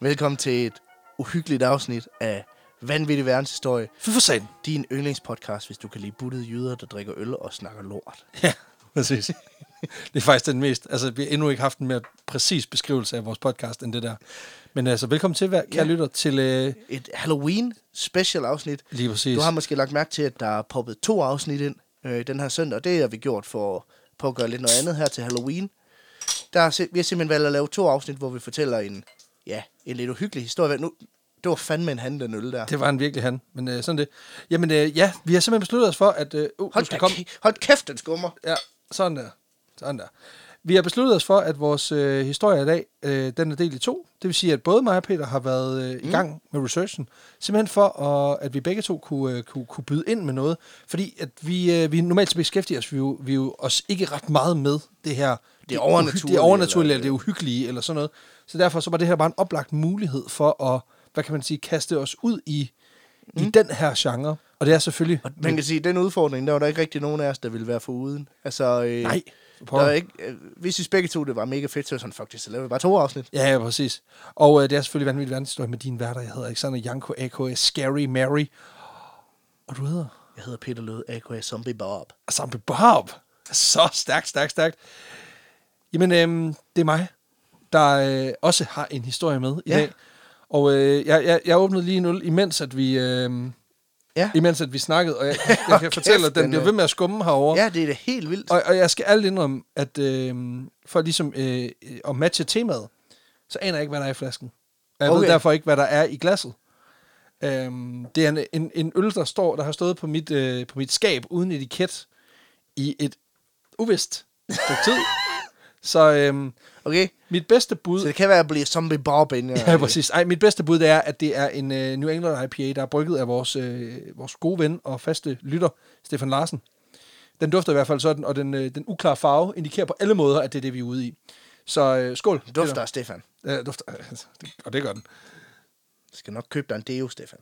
Velkommen til et uhyggeligt afsnit af Vanvittig Verdenshistorie. Fy for satan. Din yndlingspodcast, hvis du kan lide buttede jyder, der drikker øl og snakker lort. Ja, præcis. Det er faktisk den mest... Altså, vi har endnu ikke haft en mere præcis beskrivelse af vores podcast end det der. Men altså, velkommen til, kære lytter, til... Et Halloween-special afsnit. Lige præcis. Du har måske lagt mærke til, at der er poppet 2 afsnit ind den her søndag, og det har vi gjort for at gøre lidt noget andet her til Halloween. Vi har simpelthen valgt at lave 2 afsnit, hvor vi fortæller en lidt uhyggelig historie. Nu, det var fandme en han, den øl der. Det var en virkelig han, men sådan det. Jamen ja, vi har simpelthen besluttet os for, at... Hold kæft, den skummer. Ja, sådan der. Vi har besluttet os for, at vores historie i dag, den er delt i 2. Det vil sige, at både mig og Peter har været i gang med researchen. Simpelthen for, at vi begge to kunne byde ind med noget. Fordi at vi normalt beskæftiger os, vi jo os ikke ret meget med det her. Det overnaturlige, eller det uhyggelige, eller sådan noget. Så derfor så var det her bare en oplagt mulighed for at, hvad kan man sige, kaste os ud i den her genre. Og det er selvfølgelig... Og man kan sige, at den udfordring, der var der ikke rigtig nogen af os, der ville være foruden. Altså, nej. Der er ikke, vi synes begge to, det var mega fedt, så sådan faktisk, så lavede vi bare 2 afsnit. Ja, præcis. Og det er selvfølgelig Vanvittig Verdenshistorie med din værter. Jeg hedder Alexander Janko, a.k.a. Scary Mary. Og du hedder? Jeg hedder Peter Lød, a.k.a. Zombie Bob. Zombie Bob? Så stærkt. Jamen, det er mig, der også har en historie med i dag. Og jeg åbnede lige en øl, imens at vi snakkede, og jeg kan fortælle, at den bliver ved med at skumme herovre. Ja, det er det helt vildt. Og jeg skal ærligt indrømme, at for ligesom at matche temaet, så aner jeg ikke, hvad der er i flasken. Jeg ved derfor ikke, hvad der er i glasset. Det er en øl, der har stået på mit skab uden etiket i et uvist stykke tid. Så okay. Mit bedste bud... Så det kan være at blive Zombie Bob ind. Ja, præcis. Mit bedste bud det er, at det er en New England IPA, der er brygget af vores gode ven og faste lytter, Stefan Larsen. Den dufter i hvert fald sådan, og den uklare farve indikerer på alle måder, at det er det, vi er ude i. Så skål. Dufter af Stefan. Ja, dufter, og det gør den. Jeg skal nok købe dig en deo, Stefan.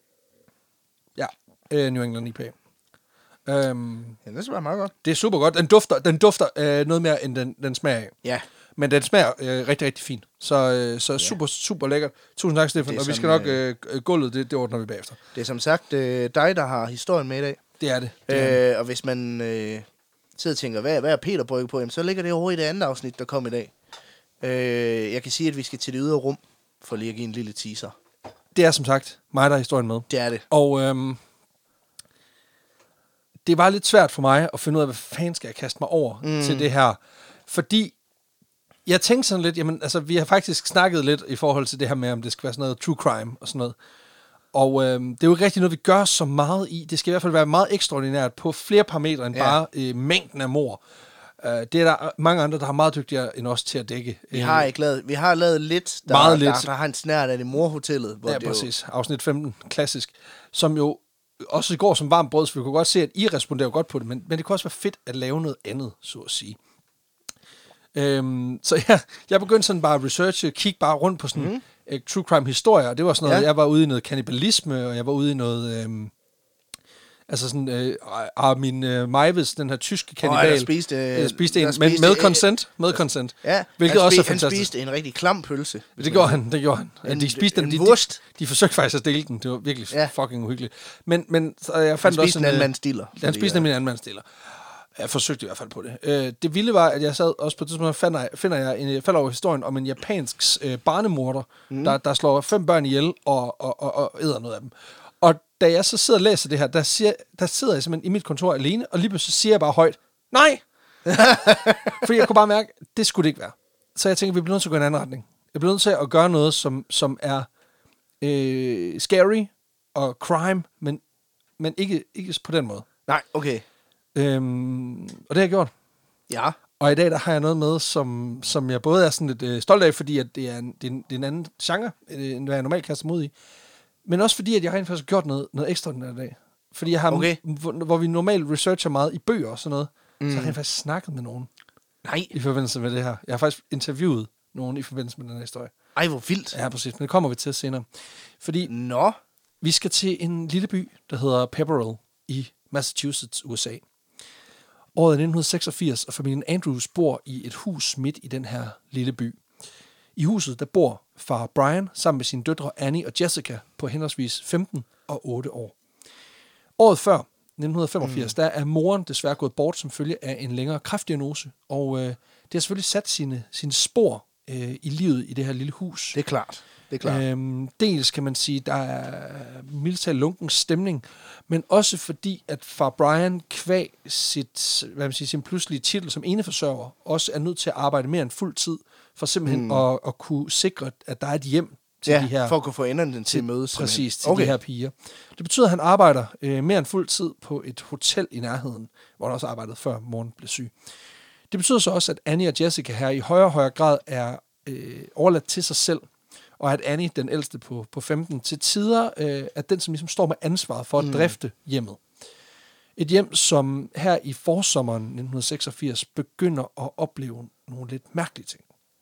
Ja, New England IPA. Ja, det smager meget godt. Det er super godt. Den dufter noget mere, end den smager af. Ja. Men den smager rigtig, rigtig fint. Så super lækkert. Tusind tak, Stefan. Og vi skal nok gulvet, det ordner vi bagefter. Det er som sagt dig, der har historien med i dag. Det er det. Og hvis man sidder og tænker, hvad er Peter brygget på, jamen, så ligger det over i det andet afsnit, der kom i dag. Jeg kan sige, at vi skal til det ydre rum, for lige at give en lille teaser. Det er som sagt mig, der har historien med. Det er det. Og det var lidt svært for mig at finde ud af, hvad fanden skal jeg kaste mig over til det her. Fordi jeg tænkte sådan lidt, jamen altså vi har faktisk snakket lidt i forhold til det her med, om det skal være sådan noget true crime og sådan noget. Og det er jo ikke rigtig noget, vi gør så meget i. Det skal i hvert fald være meget ekstraordinært på flere parametre end bare mængden af mord. Det er der mange andre, der har meget dygtigere end os til at dække. Vi har lavet lidt, der har en snært af det morhotellet. Hvor ja, præcis. Afsnit 15, klassisk. Som jo også går som varmt brød, så vi kunne godt se, at I responderer godt på det, men det kunne også være fedt at lave noget andet, så at sige. Så jeg begyndte sådan bare at researche, kigge bare rundt på sådan true crime historier, og det var sådan noget, jeg var ude i noget kannibalisme, og jeg var ude i noget, altså sådan, Armin Meiwes, den her tyske kannibal, spiste en, men med consent, ja, hvilket også er fantastisk. Han spiste en rigtig klam pølse. Det gjorde han. De spiste den, de forsøgte faktisk at dele den, det var virkelig fucking uhyggeligt. Men så jeg fandt også en anden mandsdiller. Han spiste nemlig en anden mandsdiller. Jeg forsøgte i hvert fald på det. Det vilde var, at jeg sad også på det tidspunkt, falder over historien om en japansk barnemorder, der slår 5 børn ihjel og æder noget af dem. Og da jeg så sidder og læser det her, der sidder jeg simpelthen i mit kontor alene, og lige pludselig siger jeg bare højt, nej! Fordi jeg kunne bare mærke, det skulle det ikke være. Så jeg tænkte, vi bliver nødt til at gå i en anden retning. Jeg bliver nødt til at gøre noget, som er scary og crime, men ikke på den måde. Nej, okay. Og det har jeg gjort. Ja. Og i dag der har jeg noget med, som jeg både er sådan lidt stolt af, fordi at det er en anden genre, end hvad jeg normalt kaster mod i. Men også fordi, at jeg rent faktisk har gjort noget ekstraordinært i dag. Fordi jeg har, hvor vi normalt researcher meget i bøger og sådan noget, så har jeg faktisk snakket med nogen. Nej. I forbindelse med det her. Jeg har faktisk interviewet nogen i forbindelse med den her historie. Ej, hvor vildt. Ja, præcis. Men det kommer vi til senere. Fordi vi skal til en lille by, der hedder Pepperell i Massachusetts, USA. Året 1986, og familien Andrews bor i et hus midt i den her lille by. I huset, der bor far Brian sammen med sine døtre Annie og Jessica på henholdsvis 15 og 8 år. Året før, 1985, der er moren desværre gået bort som følge af en længere kræftdiagnose, og det har selvfølgelig sat sine spor i livet i det her lille hus. Det er klart. Dels kan man sige, der er militært lunken stemning, men også fordi, at far Brian kvæg sin pludselige titel som eneforsørger, også er nødt til at arbejde mere end fuld tid, for simpelthen at kunne sikre, at der er et hjem til de her... for at kunne få enderne til at mødes. Præcis, til de her piger. Det betyder, at han arbejder mere end fuld tid på et hotel i nærheden, hvor han også arbejdede før moren blev syg. Det betyder så også, at Annie og Jessica her i højere og højere grad er overladt til sig selv, og at Annie, den ældste på 15, til tider er den, som ligesom står med ansvaret for at drifte hjemmet. Et hjem, som her i forsommeren 1986 begynder at opleve nogle lidt mærkelige ting.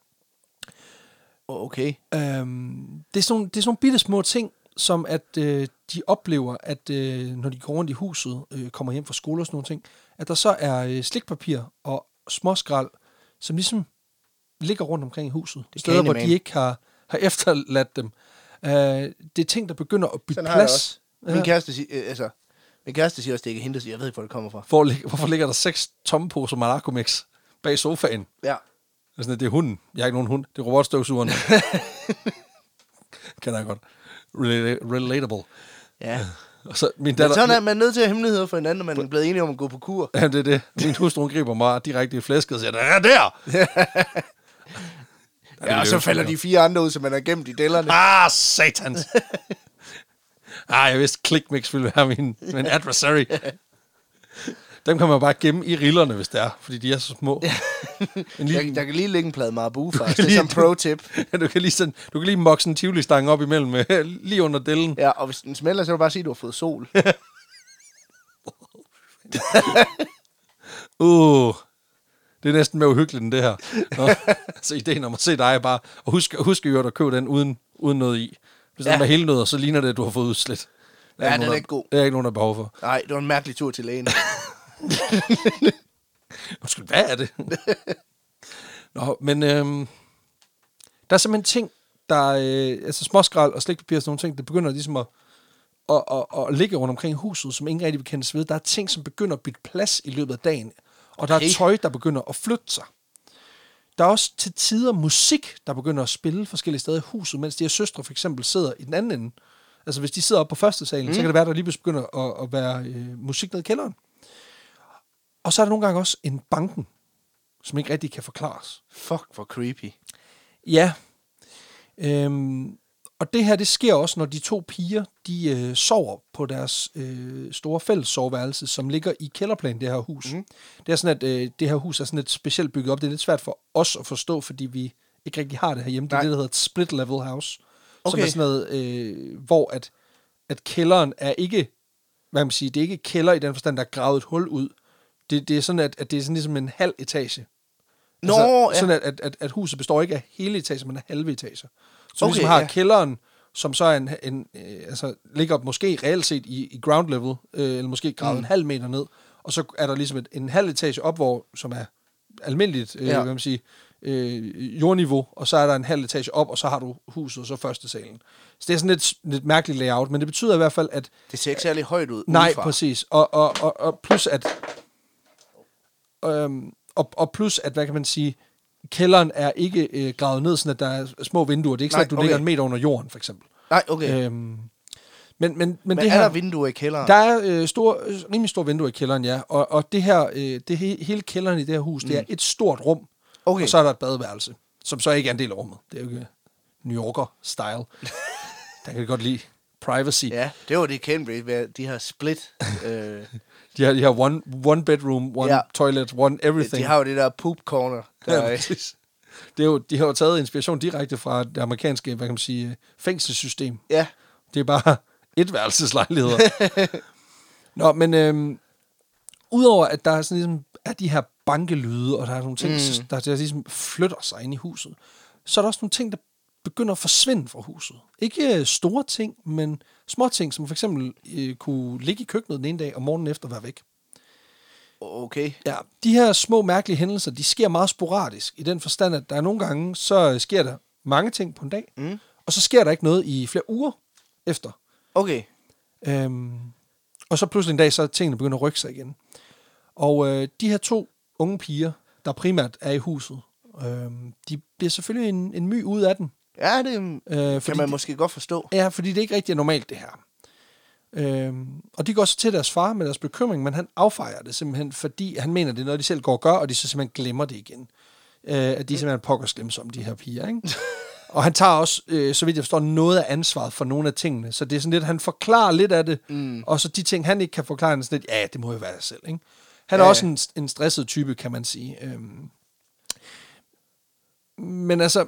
Okay. Det er sådan nogle bitte små ting, som at de oplever, at når de går rundt i huset, kommer hjem fra skole og sådan nogle ting, at der så er slikpapir og småskrald, som ligesom ligger rundt omkring i huset. Det steder, hvor de ikke har efterladt dem. Det er ting, der begynder at bytte plads. Min kæreste siger, min kæreste siger også, det ikke er hende, der siger, jeg ved ikke, hvor det kommer fra. Hvorfor ligger der 6 tomme poser Malaco-mix bag sofaen? Ja. Det er hunden. Jeg har ikke nogen hund. Det er robotstøvsugeren. Kan jeg godt. Relatable. Ja. Og så min datter... Men sådan er man nødt til at have hemmeligheder for hinanden, når man er blevet enige om at gå på kur. Ja, det er det. Min hustru griber mig direkte i flæsket og siger, der er der! Ja, og så falder de 4 andre ud, som man har gemt i dellerne. Satans! Jeg vidste, ClickMix ville være min adversary. Dem kan man bare gemme i rillerne, hvis det er, fordi de er så små. Der kan lige ligge en plade Marabu, faktisk. Det er som pro-tip. Ja, du kan lige mokse en Tivoli-stang op imellem, lige under dellen. Ja, og hvis den smelter, så kan du bare sige, at du har fået sol. Det er næsten mere uhyggeligt end det her. Så ideen om at se dig er bare, og husk at købe den uden noget i. Hvis den er hele noget, så ligner det, at du har fået udslet. Ja, den er ikke god. Det er ikke nogen, der har behov for. Nej, det var en mærkelig tur til lægen. Undskyld, hvad er det? Nå, men der er simpelthen ting, der småskrald og slikpapir og sådan nogle ting, der begynder ligesom at ligge rundt omkring huset, som ingen rigtig vil kendes ved. Der er ting, som begynder at bytte plads i løbet af dagen. Og der er tøj, der begynder at flytte sig. Der er også til tider musik, der begynder at spille forskellige steder i huset, mens de her søstre for eksempel sidder i den anden ende. Altså hvis de sidder oppe på første salen, så kan det være, der lige pludselig begynder at være musik nede i kælderen. Og så er der nogle gange også en banken, som ikke rigtig kan forklares. Fuck, hvor creepy. Ja. Og det her, det sker også, når de 2 piger, de sover på deres store fælles soveværelse, som ligger i kælderplan, det her hus. Det er sådan, at det her hus er sådan lidt specielt bygget op. Det er lidt svært for os at forstå, fordi vi ikke rigtig har det her hjemme. Det er det, der hedder et split level house. Okay. Som er sådan noget, hvor at kælderen er ikke, hvad man siger, det er ikke kælder i den forstand, der er gravet et hul ud. Det er sådan, at det er sådan ligesom en halv etage. Sådan, at huset består ikke af hele etager, men af halve etager. Så ligesom har kælderen, som så er ligger måske reelt set i ground level, eller måske gravet en halv meter ned, og så er der ligesom en halv etage op, som er almindeligt, hvad man siger, jordniveau, og så er der en halv etage op, og så har du huset, og så første salen. Så det er sådan lidt mærkeligt layout, men det betyder i hvert fald, at... Det ser ikke særlig højt ud. Nej, udefra. Præcis. Og plus at... Og plus at, hvad kan man sige, kælderen er ikke gravet ned, sådan at der er små vinduer. Det er ikke sådan, at du ligger 1 meter under jorden, for eksempel. Nej, okay. Men det her, er der vinduer i kælderen? Der er rimelig store vinduer i kælderen, ja. Og det her, hele kælderen i det her hus, det er et stort rum. Okay. Og så er der et badeværelse, som så ikke er en del af rummet. Det er jo ikke New Yorker-style. Der kan vi godt lide privacy. Ja, det var det Cambridge, de har split. De har one bedroom, one toilet, one everything. De har jo det der poop corner. De har jo taget inspiration direkte fra det amerikanske, hvad kan man sige, fængselssystem. Ja. Det er bare etværelseslejligheder. Nå, men udover at der er sådan ligesom er de her bankelyde, og der er nogle ting, der ligesom flytter sig ind i huset, så er der også nogle ting, der begynder at forsvinde fra huset. Ikke store ting, men små ting, som for eksempel kunne ligge i køkkenet den ene dag, og morgenen efter være væk. Okay. Ja, de her små mærkelige hændelser, de sker meget sporadisk, i den forstand, at der er nogle gange, så sker der mange ting på en dag, og så sker der ikke noget i flere uger efter. Okay. Og så pludselig en dag, så tingene begynder at rykke sig igen. Og de her 2 unge piger, der primært er i huset, de bliver selvfølgelig en my ud af den. Ja, det kan man måske godt forstå. Ja, fordi det ikke rigtig er normalt, det her. Og de går så til deres far med deres bekymring, men han affejer det simpelthen, fordi han mener, det er noget, de selv går og gør, og de så simpelthen glemmer det igen. At de er simpelthen pokkerslemsomme, de her piger, ikke? Og han tager også, så vidt jeg forstår, noget af ansvaret for nogle af tingene. Så det er sådan lidt, han forklarer lidt af det, og så de ting, han ikke kan forklare, han sådan lidt, ja, det må jo være jeg selv, ikke? Han er også en stresset type, kan man sige. Men altså...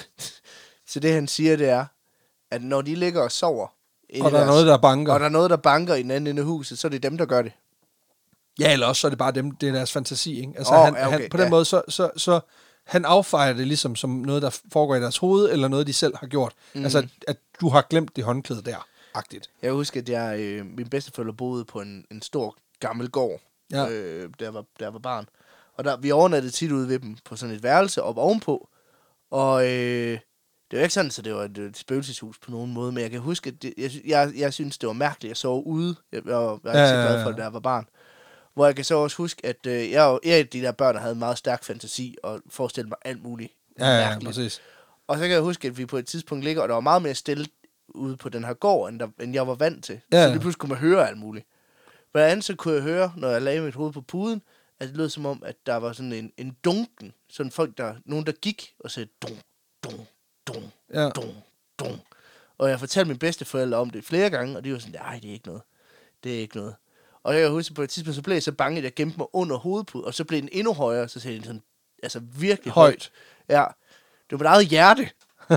Så det, han siger, det er, at når de ligger og sover... Og der er noget, der banker. Og der er noget, der banker i den anden ende af huset, så er det dem, der gør det. Ja, eller også så er det bare dem, det er deres fantasi, ikke? Altså, han, på den måde, så han affejer det ligesom som noget, der foregår i deres hoved, eller noget, de selv har gjort. Altså, at du har glemt det håndklæde der, agtigt. Jeg husker, at min bedsteforældre boede på en stor gammel gård, da jeg var barn. Og vi overnattede tit ude ved dem på sådan et værelse op ovenpå. Og det var ikke sådan, så det var et spøgelseshus på nogen måde, men jeg kan huske, at jeg synes, det var mærkeligt at sove ude. Jeg var ikke så glad for det, da jeg var barn. Hvor jeg kan så også huske, at jeg er af de der børn, der havde en meget stærk fantasi, og forestillede mig alt muligt mærkeligt. Præcis. Og så kan jeg huske, at vi på et tidspunkt ligger, og der var meget mere stille ude på den her gård, end jeg var vant til. Ja. Så det pludselig kunne man høre alt muligt. Blandt andet så kunne jeg høre, når jeg lagde mit hoved på puden, at det lød som om, at der var sådan en dunken. Sådan nogen, der gik og sagde dunk, dunk, dunk, dunk, dunk. Og jeg fortalte mine bedsteforældre om det flere gange, og de var sådan, nej, det er ikke noget. Det er ikke noget. Og jeg kan huske, på et tidspunkt, så blev jeg så bange, at jeg gemte mig under hovedpuden, og så blev den endnu højere, så sagde den sådan, altså virkelig højt. Ja, det var mit eget hjerte.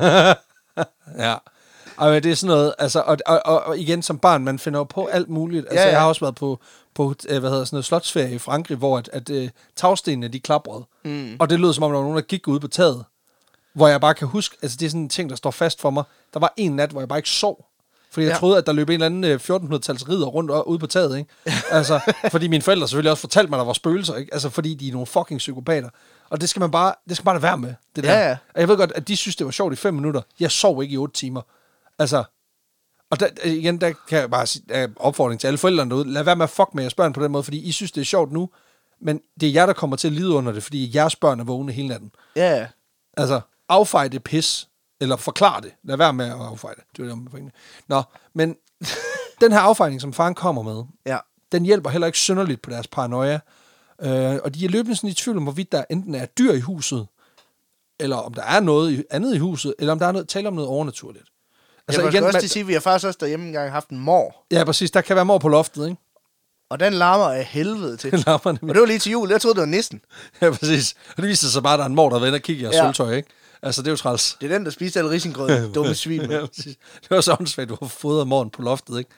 Ja. Og det er sådan noget, altså, og igen som barn, man finder jo på alt muligt. Altså, jeg har også været på sådan noget slotsferie i Frankrig, hvor at tagstenene, de klaprede. Og det lød som om, der var nogen, der gik ud på taget. Hvor jeg bare kan huske, altså det er sådan en ting, der står fast for mig. Der var en nat, hvor jeg bare ikke sov. Fordi jeg troede, at der løb en eller anden 1400-tals ridder rundt ude på taget, ikke? Altså, fordi mine forældre selvfølgelig også fortalte mig, at der var spøgelser, ikke? Altså, fordi de er nogle fucking psykopater. Og det skal man bare lade være med, det der. Ja. Og jeg ved godt, at de synes, det var sjovt i 5 minutter. Jeg sov ikke i 8 timer. Altså, og igen, der kan jeg bare sige opfordring til alle forældrene derude. Lad være med at fuck med jeres børn på den måde, fordi I synes, det er sjovt nu. Men det er jer, der kommer til at lide under det, fordi jeres børn er vågne hele natten. Ja. Altså, affej det pis. Eller forklar det. Lad være med at affeje det. Det er det, nå, men den her affejning, som faren kommer med, den hjælper heller ikke synderligt på deres paranoia. Og de er løbende sådan i tvivl om, hvorvidt der enten er dyr i huset, eller om der er noget andet i huset, eller om der er tale om noget overnaturligt. Altså, jeg kan også sige, at vi har faktisk også derhjemme engang haft en mor. Ja, præcis. Der kan være mor på loftet, ikke? Og den larmer af helvede til. Den larmer og det var lige til jul. Jeg troede, det var nissen. Ja, præcis. Og det viste sig bare, at der er en mor, der var inde og kigge i jeres sølvtøj, ikke? Altså, det er jo træls. Det er den, der spiste alle risengrød. Dumme svin. Ja, præcis. Det var så åndssvagt, du har fodret morgen på loftet, ikke?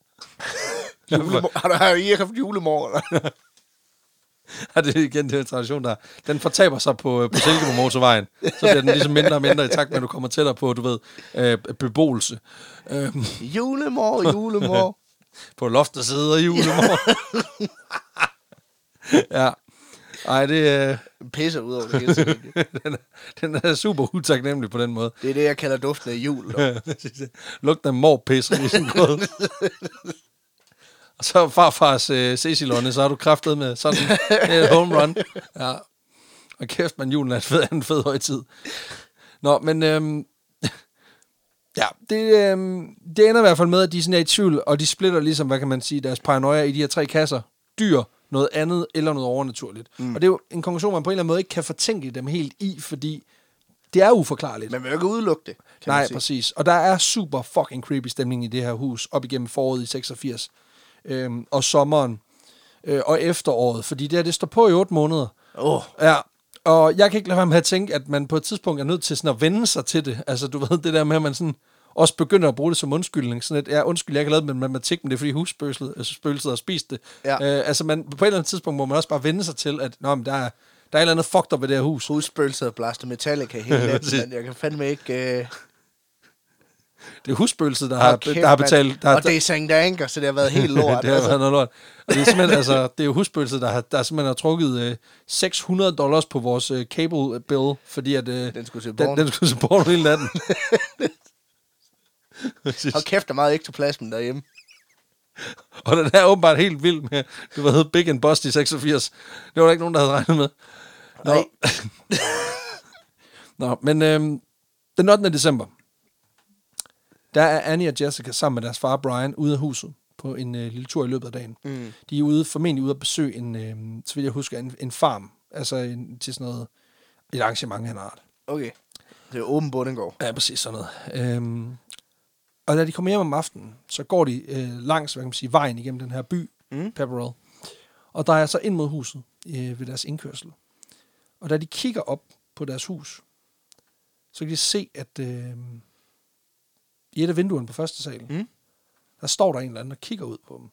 Har I ikke haft julemor, eller? Ja, det er igen den tradition, der den fortaber sig på Silkeborg Motorvejen. Så bliver den ligesom mindre og mindre i takt med, at du kommer tættere på, du ved, beboelse. Julemor. På loftet sidder julemor. Ja. Ej, det pisser ud over det hele. den er super utaknemmelig på den måde. Det er det, jeg kalder duften af jul. Lugten af morpisser i sin grød. Og så farfars Cecilonne, så har du kraftet med sådan en home run. Ja. Og kæft, man, julen er en fed højtid. Nå, men ja, det ender i hvert fald med, at de sådan er i tvivl, og de splitter ligesom, hvad kan man sige, deres paranoia i de her 3 kasser. Dyr, noget andet eller noget overnaturligt. Og det er jo en konklusion, man på en eller anden måde ikke kan fortænke dem helt i, fordi det er uforklarligt. Man vil jo ikke udelukke det. Nej, præcis. Og der er super fucking creepy stemning i det her hus, op igennem foråret i 86. Og sommeren og efteråret, fordi det står på i 8 måneder. Ja, og jeg kan ikke lade være med at tænke, at man på et tidspunkt er nødt til sådan at vende sig til det. Altså, du ved, det der med, at man sådan også begynder at bruge det som undskyldning. Sådan at, undskyld, jeg ikke har lavet med matematik, men det er fordi husspøgelset har spist det. Ja. Altså, man, på et eller andet tidspunkt må man også bare vende sig til, at men der er et eller andet fucked up ved det her hus. Husspøgelset og blaster Metallica hele natten, men jeg kan fandme ikke... Det er husspøgelset, der har betalt... Og det er St. Anker, så det har været helt lort. Det har været noget lort. Og det er simpelthen, altså, det er jo husspøgelset, der simpelthen har trukket $600 på vores cable bill, fordi at... Den skulle se porno. Den skulle se porno hele natten. Hold kæft, der er meget ektoplasmen derhjemme. Og den er åbenbart helt vild med, det var Big and Busty 86. Det var der ikke nogen, der havde regnet med. Nej. Nå, men den 8. december, der er Annie og Jessica sammen med deres far Brian ude af huset på en lille tur i løbet af dagen. Mm. De er formentlig ude at besøge så vil jeg huske, en farm. Altså til sådan noget, et arrangement af en art. Okay. Det er åben bondegård. Ja, præcis sådan noget. Og da de kommer hjem om aftenen, så går de langs, hvad kan man sige, vejen igennem den her by, Pepperell. Og drejer så ind mod huset ved deres indkørsel. Og da de kigger op på deres hus, så kan de se, at i et af vinduerne på første sal, der står der en eller anden, der kigger ud på dem.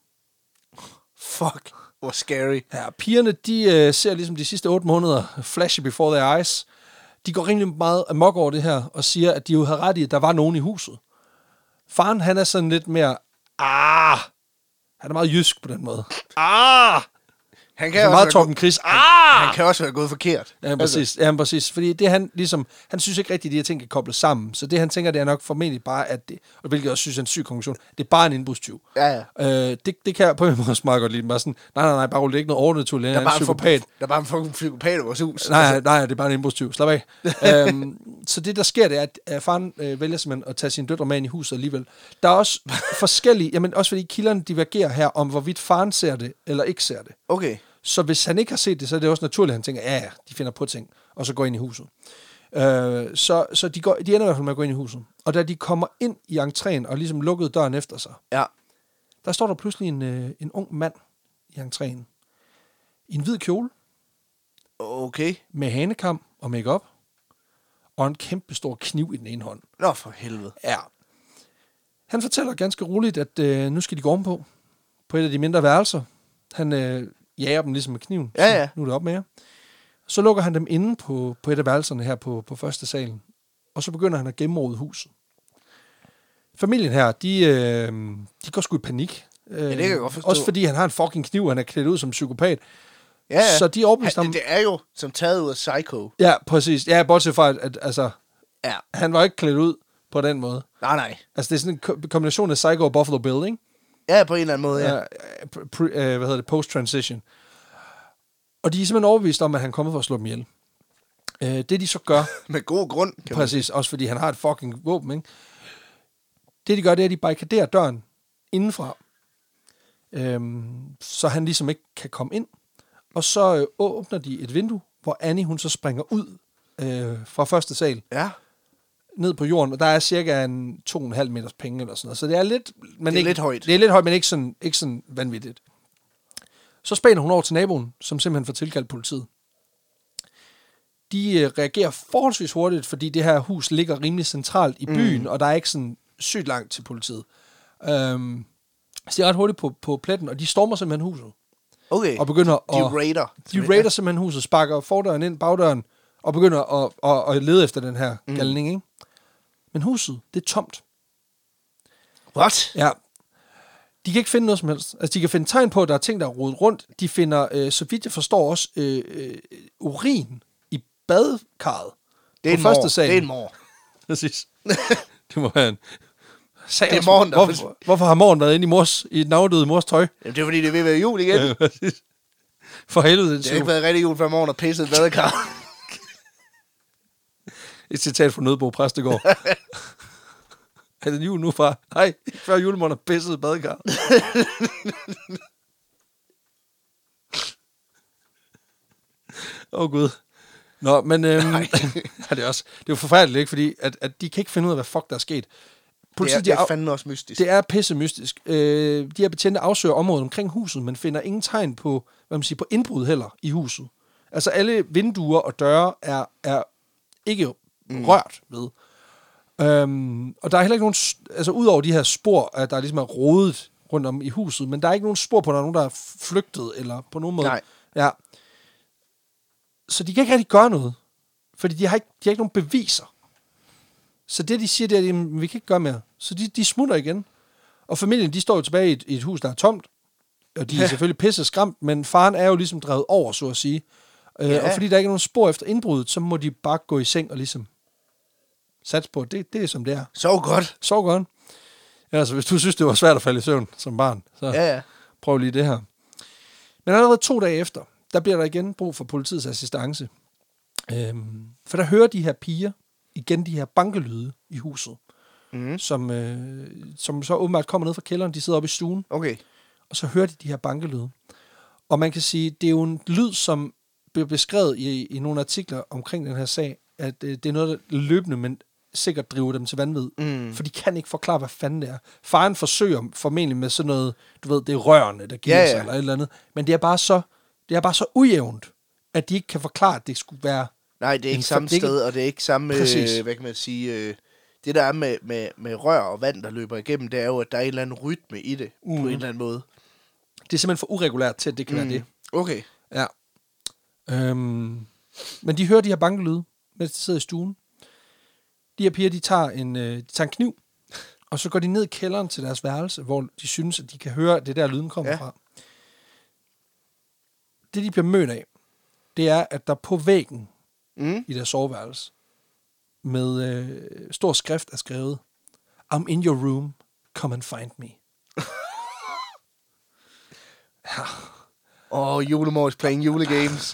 Fuck, hvor scary. Ja, pigerne, de ser ligesom de sidste 8 måneder flashy before their eyes. De går rimelig meget amok over det her, og siger, at de jo havde ret i, at der var nogen i huset. Faren, han er sådan lidt mere, han er meget jysk på den måde. Han kan meget Torben Chris. Han kan også være gået forkert. Ja, præcis. Ja, præcis. Fordi det han ligesom, han synes ikke rigtigt, at de her ting kan kobles sammen. Så det han tænker, det er nok formentlig bare, at det, og hvilket jeg også synes er en syg konklusion, det er bare en indbrudstyv. Ja. Det kan jeg på en måde også meget godt lide. Bare sådan, nej, bare rulle, det er ikke noget overnaturligt. Der er en psykopat. Der er bare en fucking psykopat i vores hus. Nej, det er bare en indbrudstyv. Slap af. Så det, der sker, det er, at faren vælger simpelthen at tage sine døtre med ind i huset alligevel. Der er også forskellige, jamen også fordi kilderne divergerer her, om hvorvidt faren ser det, eller ikke ser det. Okay. Så hvis han ikke har set det, så er det også naturligt, at han tænker, ja, de finder på ting, og så går ind i huset. Så de ender i hvert fald med at gå ind i huset. Og da de kommer ind i entréen, og ligesom lukkede døren efter sig, der står der pludselig en ung mand i entréen. I en hvid kjole. Okay. Med hanekam og makeup og en kæmpe stor kniv i den ene hånd. Nå, for helvede. Ja. Han fortæller ganske roligt, at nu skal de gå om på et af de mindre værelser. Han jager dem ligesom med kniven. Ja. Nu er det op med jer. Så lukker han dem inde på et af værelserne her på første salen. Og så begynder han at gennemrode huset. Familien her, de går sgu i panik. Ja, det kan jeg godt forstå. Også fordi han har en fucking kniv, og han er klædt ud som psykopat. Ja. Så de er overbevist om... Det er jo som taget ud af Psycho. Ja, præcis. Ja, bortset fra, at altså, han var ikke klædt ud på den måde. Nej. Altså, det er sådan en kombination af Psycho og Buffalo Bill, ikke? Ja, på en eller anden måde, ja. Post-transition. Og de er simpelthen overbevist om, at han er kommet for at slå dem ihjel. Det de så gør... Med god grund, kan man præcis, også fordi han har et fucking våben, ikke? Det de gør, det er, at de barrikaderer døren indenfra. Så han ligesom ikke kan komme ind. Og så åbner de et vindue, hvor Annie, hun så springer ud fra første sal. Ja. Ned på jorden, og der er cirka 2,5 meters penge eller sådan noget. Så det er lidt... Men det er lidt højt. Det er lidt højt, men ikke sådan vanvittigt. Så spænder hun over til naboen, som simpelthen får tilkaldt politiet. De reagerer forholdsvis hurtigt, fordi det her hus ligger rimelig centralt i byen, og der er ikke sådan sygt langt til politiet. Så de er ret hurtigt på pletten, og de stormer simpelthen huset. Okay. Og begynder De raider simpelthen huset, sparker fordøren ind, bagdøren, og begynder at lede efter den her galning, ikke? Men huset, det er tomt. What? Ja. De kan ikke finde noget som helst. Altså, de kan finde tegn på, at der er ting, der er rodet rundt. De finder, så vidt jeg forstår, også urin i badekarret. Det er på første sal. Det er en mor. Præcis. Det må være en... Det er morgen, hvorfor har morgen været inde i den afdøde mors tøj? Jamen, det er fordi, det er ved at være jul igen. Ja, præcis. For helvede. Det har ikke været rigtig jul, før morgen har pisset badekar. Et citat fra Nødbo Præstegård. Er det jul nu, far? Nej, før julemorgen har pisset badekar. Gud. Nå, men det er jo forfærdeligt, ikke? Fordi at de kan ikke finde ud af, hvad fuck der er sket. Politiet, det er fandme også mystisk. Det er pisse mystisk. De her betjente afsøger området omkring huset, men finder ingen tegn på, på indbrud heller i huset. Altså alle vinduer og døre er ikke rørt ved. Og der er heller ikke nogen, altså ud over de her spor, at der ligesom er rodet rundt om i huset, men der er ikke nogen spor på, at der er nogen, der er flygtet, eller på nogen måde. Nej. Ja. Så de kan ikke rigtig gøre noget, fordi de har ikke nogen beviser. Så det, de siger, det er, at vi kan ikke gøre mere. Så de smutter igen. Og familien, de står jo tilbage i et hus, der er tomt. Og de er selvfølgelig pisse skræmt, men faren er jo ligesom drevet over, så at sige. Og fordi der ikke er nogen spor efter indbruddet, så må de bare gå i seng og ligesom satse på, det er som det er. Sov godt. Sov godt. Ja, altså, hvis du synes, det var svært at falde i søvn som barn, så prøv lige det her. Men allerede 2 dage efter, der bliver der igen brug for politiets assistance. For der hører de her piger igen de her bankelyde i huset, som så åbenbart kommer ned fra kælderen. De sidder oppe i stuen, og så hører de her bankelyde. Og man kan sige, det er jo en lyd, som bliver beskrevet i nogle artikler omkring den her sag, at det er noget, der løbende, men sikkert driver dem til vanvid. For de kan ikke forklare, hvad fanden det er. Faren forsøger formentlig med sådan noget, du ved, det er rørene, der giver sig, eller et eller andet. Men det er bare så ujævnt, at de ikke kan forklare, at det skulle være... Nej, det er ikke samme sted, og det er ikke samme, hvad kan man sige... Det der er med rør og vand, der løber igennem, det er jo, at der er en eller anden rytme i det, på en eller anden måde. Det er simpelthen for uregulært til, at det kan være det. Okay. Ja. Men de hører de her bankelyde, mens de sidder i stuen. De her piger, de tager en kniv, og så går de ned i kælderen til deres værelse, hvor de synes, at de kan høre, at det der lyden kommer fra. Det, de bliver mødt af, det er, at der på væggen i deres soveværelse, med stor skrift er skrevet, I'm in your room, come and find me. Julemor is playing julegames.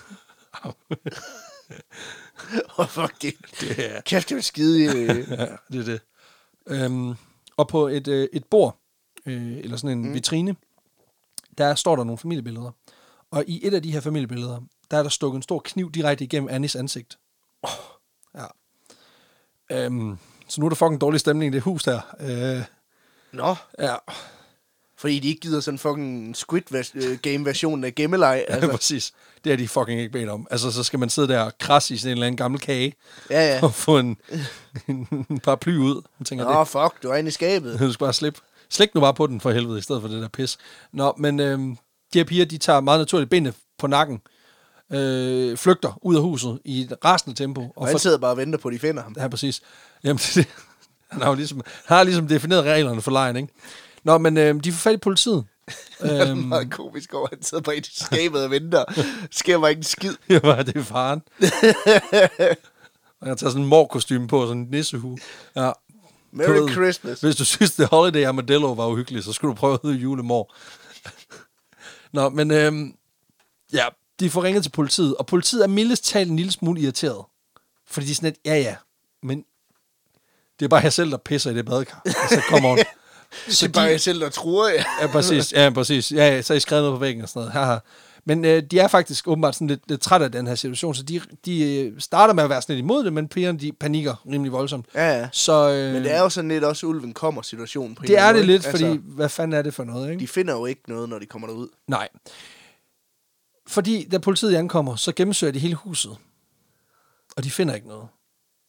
Fuck det. Kæft, det er skide. Ja, det er det. Og på et bord, eller sådan en vitrine, der står der nogle familiebilleder. Og i et af de her familiebilleder, der er der stukket en stor kniv direkte igennem Annies ansigt. Ja. Så nu er der fucking dårlig stemning i det hus der. Nå. Ja. Fordi de ikke gider sådan fucking Squid Game-versionen af gemmeleg. Altså. Ja, præcis. Det er de fucking ikke bedt om. Altså, så skal man sidde der og krasse i sådan en eller anden gammel kage. Ja. Og få en paraply ud. Nå, fuck, du er inde i skabet. Du skal bare slippe. Slik nu bare på den for helvede, i stedet for det der pis. Nå, men de her piger, de tager meget naturligt benene på nakken. Flygter ud af huset i et rasende tempo. Og han sidder bare og venter på, at de finder ham. Ja, præcis. Jamen, han har ligesom defineret reglerne for lejen, ikke? Nå, men de får fat i politiet. Det er meget komisk over, han sidder bare i skabet og venter. Sker bare ikke en skid. Ja, det er faren. Og jeg tager sådan en morkostyme på, sådan en nissehue. Ja. Merry Christmas. Hvis du synes, The Holiday Armadillo var uhyggeligt, så skulle du prøve at hedde julemor. Nå, men ja, de får ringet til politiet, og politiet er mildest talt en lille smule irriteret. Fordi de er sådan lidt, ja, men det er bare jeg selv, der pisser i det badekar. Altså, come on. Så det er bare jeg selv, der truer, Ja, præcis. Ja, så er I skrevet noget på væggen og sådan noget. Haha. Men de er faktisk åbenbart sådan lidt trætte af den her situation, så de starter med at være sådan lidt imod det, men pigerne, de panikker rimelig voldsomt. Ja. Så, men det er jo sådan lidt også ulven kommer situationen på en det er måde, det lidt, altså, fordi hvad fanden er det for noget, ikke? De finder jo ikke noget, når de kommer derud. Nej. Fordi da politiet ankommer, så gennemsøger de hele huset. Og de finder ikke noget.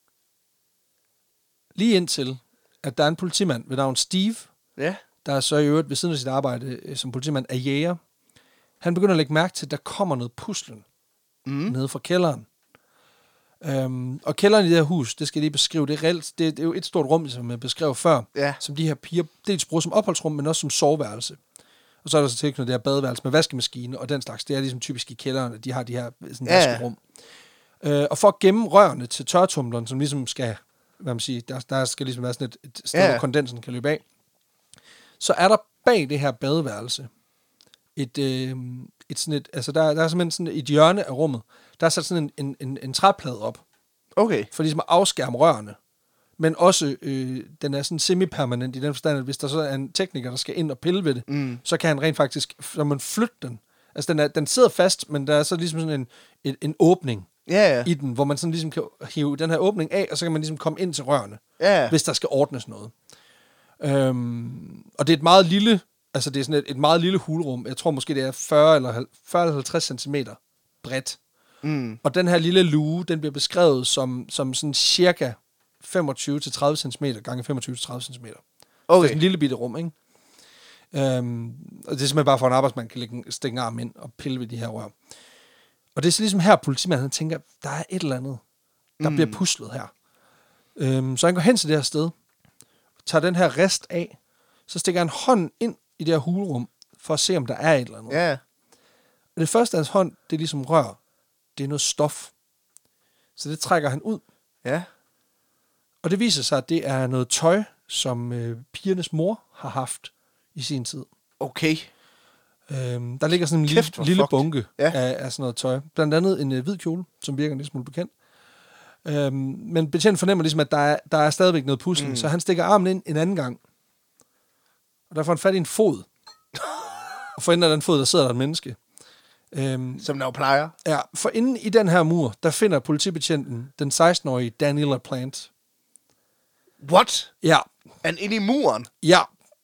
Lige indtil, at der er en politimand ved navn Steve, der er så i øvrigt ved siden af sit arbejde som politimand er jæger. Han begynder at lægge mærke til, at der kommer noget puslen nede fra kælderen. Og kælderen i det her hus, det skal jeg lige beskrive, det er reelt, det er jo et stort rum, som jeg beskrev før, som de her piger dels bruger som opholdsrum, men også som soveværelse. Og så er der så tilknyttet det her badeværelse med vaskemaskine og den slags. Det er ligesom typisk i kælderen, at de har de her sådan vaskerum. Og for at gemme rørene til tørretumbleren, som ligesom skal, hvad man siger, der skal ligesom være sådan et sted, hvor kondensen kan løbe af, så er der bag det her badeværelse altså der er simpelthen sådan et hjørne af rummet, der er sat sådan en træplade op. Okay. For ligesom at afskærme rørene. Men også, den er sådan semi-permanent i den forstand, at hvis der så er en tekniker, der skal ind og pille ved det, så kan han rent faktisk, så man flytte den. Altså den sidder fast, men der er så ligesom sådan en åbning i den, hvor man sådan ligesom kan hive den her åbning af, og så kan man ligesom komme ind til rørene, hvis der skal ordnes noget. Og det er et meget lille, altså det er sådan et meget lille hulrum. Jeg tror måske det er 40 eller 50 centimeter bredt. Og den her lille luge, den bliver beskrevet som sådan cirka 25-30 cm gange 25-30 cm. Okay. Det er sådan en lille bitte rum, ikke? Og det er simpelthen bare for en arbejdsmand kan stikke en arm ind og pille ved de her rør. Og det er så ligesom her, politimanden tænker, der er et eller andet, der bliver puslet her. Så han går hen til det her sted, tager den her rest af, så stikker han hånden ind i det her hulrum, for at se, om der er et eller andet. Ja. Og det første af hans hånd, det er ligesom rør. Det er noget stof. Så det trækker han ud. Ja. Og det viser sig, at det er noget tøj, som pigernes mor har haft i sin tid. Okay. Der ligger sådan en lille bunke ja. af sådan noget tøj. Blandt andet en hvid kjole, som virker en lille smule bekendt. Men betjenten fornemmer ligesom, at der er stadigvæk noget pudsel, så han stikker armen ind en anden gang. Og der får han fat i en fod. Og for enden af den fod, der sidder der et menneske. Som der jo plejer. Ja, for inden i den her mur, der finder politibetjenten den 16-årige Daniela Plant. What? Ja. Han inde i muren? Ja.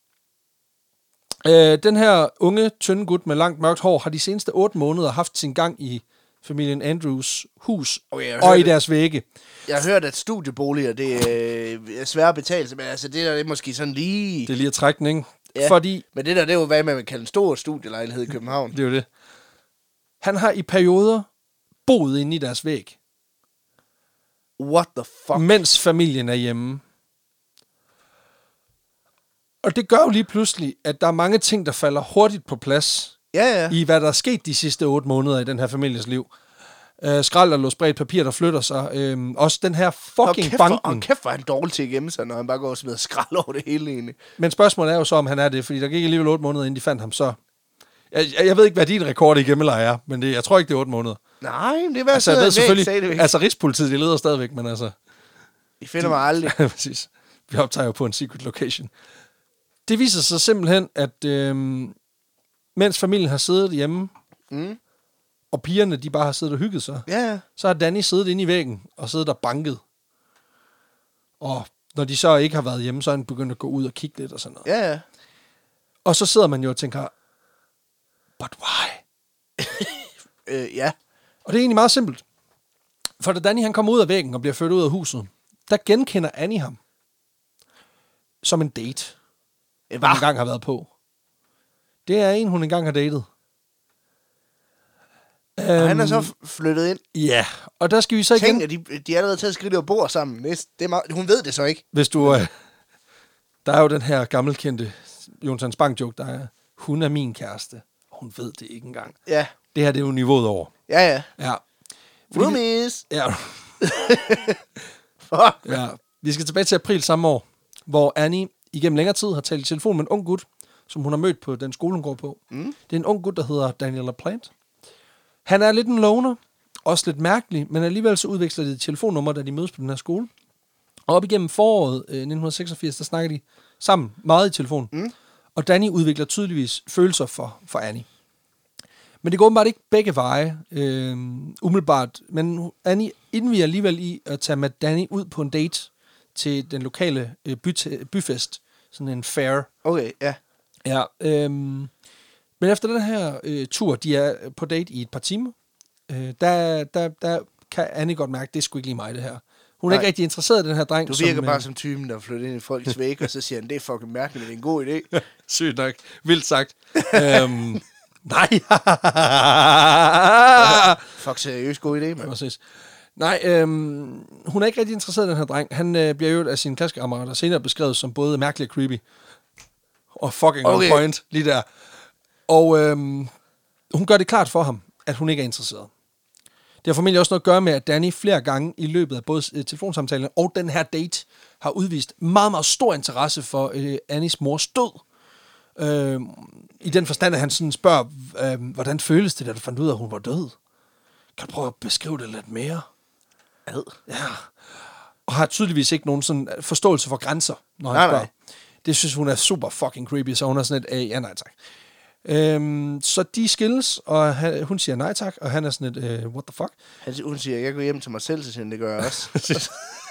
Den her unge, tynde gut med langt mørkt hår har de seneste 8 måneder haft sin gang i familien Andrews hus og i deres vægge. Jeg har hørt, at studieboliger, det er svære at betale, men altså det der er måske sådan lige... Det er lige at trække den, ikke? Ja, fordi... men det der, det er jo, hvad man vil kalde en stor studielejlighed i København. Det er jo det. Han har i perioder boet inde i deres væg. What the fuck? Mens familien er hjemme. Og det gør jo lige pludselig, at der er mange ting, der falder hurtigt på plads. Ja. I hvad der er sket de sidste 8 måneder i den her families liv. Skrald og lå spredt papir, der flytter sig. Også den her fucking banken. Og kæft, hvor er han dårlig til at gemme sig, når han bare går og smider skrald over det hele egentlig. Men spørgsmålet er jo så, om han er det, fordi der gik alligevel 8 måneder, inden de fandt ham så. Jeg ved ikke, hvad din rekord i gemmeleje er, men jeg tror ikke, det er 8 måneder. Nej, men det er altså, sådan selvfølgelig. Altså, Rigspolitiet, de leder stadigvæk, men altså... I finder mig aldrig. Præcis. Vi optager jo på en secret location. Det viser sig simpelthen, at mens familien har siddet hjemme, og pigerne, de bare har siddet og hygget sig, så har Danny siddet inde i væggen og siddet og banket. Og når de så ikke har været hjemme, så er han begyndt at gå ud og kigge lidt og sådan noget. Ja. Og så sidder man jo og tænker, but why? Ja. Og det er egentlig meget simpelt. For da Danny han kommer ud af væggen og bliver ført ud af huset, der genkender Annie ham som en date, hun engang har været på. Det er en, hun engang har datet. Og han er så flyttet ind. Ja, og der skal vi så igen... Tænk, at de er allerede taget skridt og bor sammen. Det er meget, hun ved det så ikke. Hvis du... der er jo den her gammelkendte Jonathan Spang-joke, der er, hun er min kæreste. Hun ved det ikke engang. Ja. Det her, det er jo niveauet over. Ja. Ja. Roomies! Ja. Fuck. Ja. Vi skal tilbage til april samme år, hvor Annie igennem længere tid har talt i telefon med en ung gut, som hun har mødt på den skole, hun går på. Det er en ung gut, der hedder Daniela Plant. Han er lidt en loner, også lidt mærkelig, men alligevel så udveksler de et telefonnummer, da de mødes på den her skole. Og op igennem foråret 1986, der snakker de sammen meget i telefon. Og Danny udvikler tydeligvis følelser for Annie. Men det går åbenbart ikke begge veje, umiddelbart. Men Annie indviger alligevel i at tage med Danny ud på en date til den lokale byfest. Sådan en fair. Okay, ja. Ja, men efter den her tur, de er på date i et par timer, der kan Annie godt mærke, det er sgu ikke lige mig, det her. Hun er ikke rigtig interesseret i den her dreng. Du virker bare som typen, der flytter ind i folks væg, og så siger han, det er fucking mærkeligt, men det er en god idé. Sygt nok. Vildt sagt. Nej. Fuck, seriøst god idé, mand. Præcis. Nej, hun er ikke rigtig interesseret i den her dreng. Han bliver jo af sine klassekammerater senere beskrevet som både mærkelig og creepy. Og fucking on point, lige der. Og hun gør det klart for ham, at hun ikke er interesseret. Det har formentlig også noget at gøre med, at Danny flere gange i løbet af både telefonsamtalen og den her date har udvist meget, meget stor interesse for Annies mors død. I den forstand, at han sådan spørger, hvordan føles det, da du fandt ud af, at hun var død? Kan du prøve at beskrive det lidt mere? Ja. Og har tydeligvis ikke nogen sådan forståelse for grænser, når han spørger. Det synes hun er super fucking creepy, så hun er sådan et, ja nej tak. Så de skilles, og hun siger nej tak, og han er sådan et, what the fuck? Hun siger, jeg går hjem til mig selv, så det gør jeg også.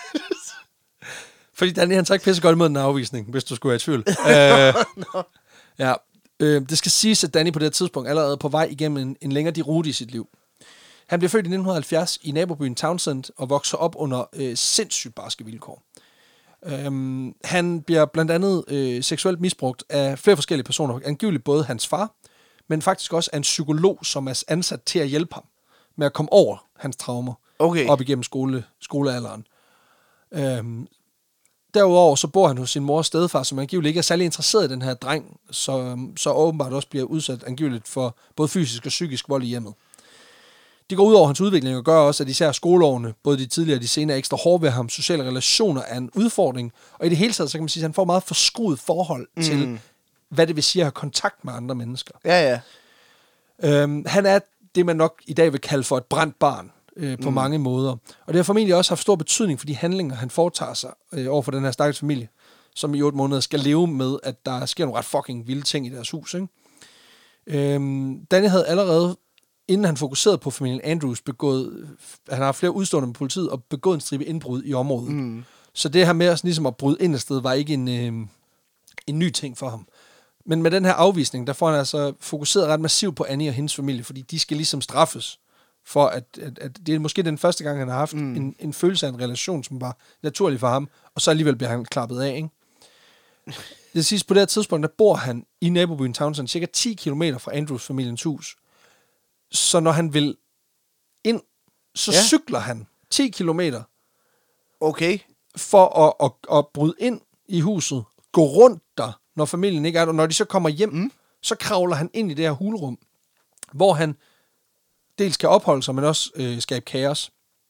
Fordi Danny, han tager ikke pisse godt imod den afvisning, hvis du skulle være i tvivl. Ja, det skal siges, at Danny på det her tidspunkt allerede er på vej igennem en længere rute i sit liv. Han bliver født i 1970 i nabobyen Townsend og vokser op under sindssygt barske vilkår. Han bliver blandt andet seksuelt misbrugt af flere forskellige personer, angiveligt både hans far, men faktisk også af en psykolog, som er ansat til at hjælpe ham med at komme over hans traumer op igennem skolealderen. Derudover så bor han hos sin mors stedfar, som angiveligt ikke er særlig interesseret i den her dreng, så åbenbart også bliver udsat angiveligt for både fysisk og psykisk vold i hjemmet. Det går ud over hans udvikling og gør også, at især skoleårene, både de tidligere og de senere, er ekstra hårde ved ham. Sociale relationer er en udfordring, og i det hele taget, så kan man sige, at han får meget forskruet forhold til, hvad det vil sige at have kontakt med andre mennesker. Ja. Han er det, man nok i dag vil kalde for et brændt barn på mange måder. Og det har formentlig også haft stor betydning for de handlinger, han foretager sig over for den her stakkels familie, som i 8 måneder skal leve med, at der sker nogle ret fucking vilde ting i deres hus. Ikke? Danny havde allerede, inden han fokuserede på familien Andrews, han har flere udstående med politiet og begået en stribe indbrud i området. Så det her med at, ligesom at bryde ind et sted, var ikke en ny ting for ham. Men med den her afvisning, der får han altså fokuseret ret massivt på Annie og hendes familie, fordi de skal ligesom straffes for, at det er måske den første gang, han har haft en følelse af en relation, som var naturlig for ham, og så alligevel bliver han klappet af, ikke? Det sidste på det her tidspunkt, der bor han i nabobyen Townsend, cirka 10 kilometer fra Andrews familiens hus. Så når han vil ind, så cykler han 10 kilometer. Okay. For at bryde ind i huset, gå rundt der, når familien ikke er der. Når de så kommer hjem, så kravler han ind i det her hulrum, hvor han dels kan opholde sig, men også skabe kaos.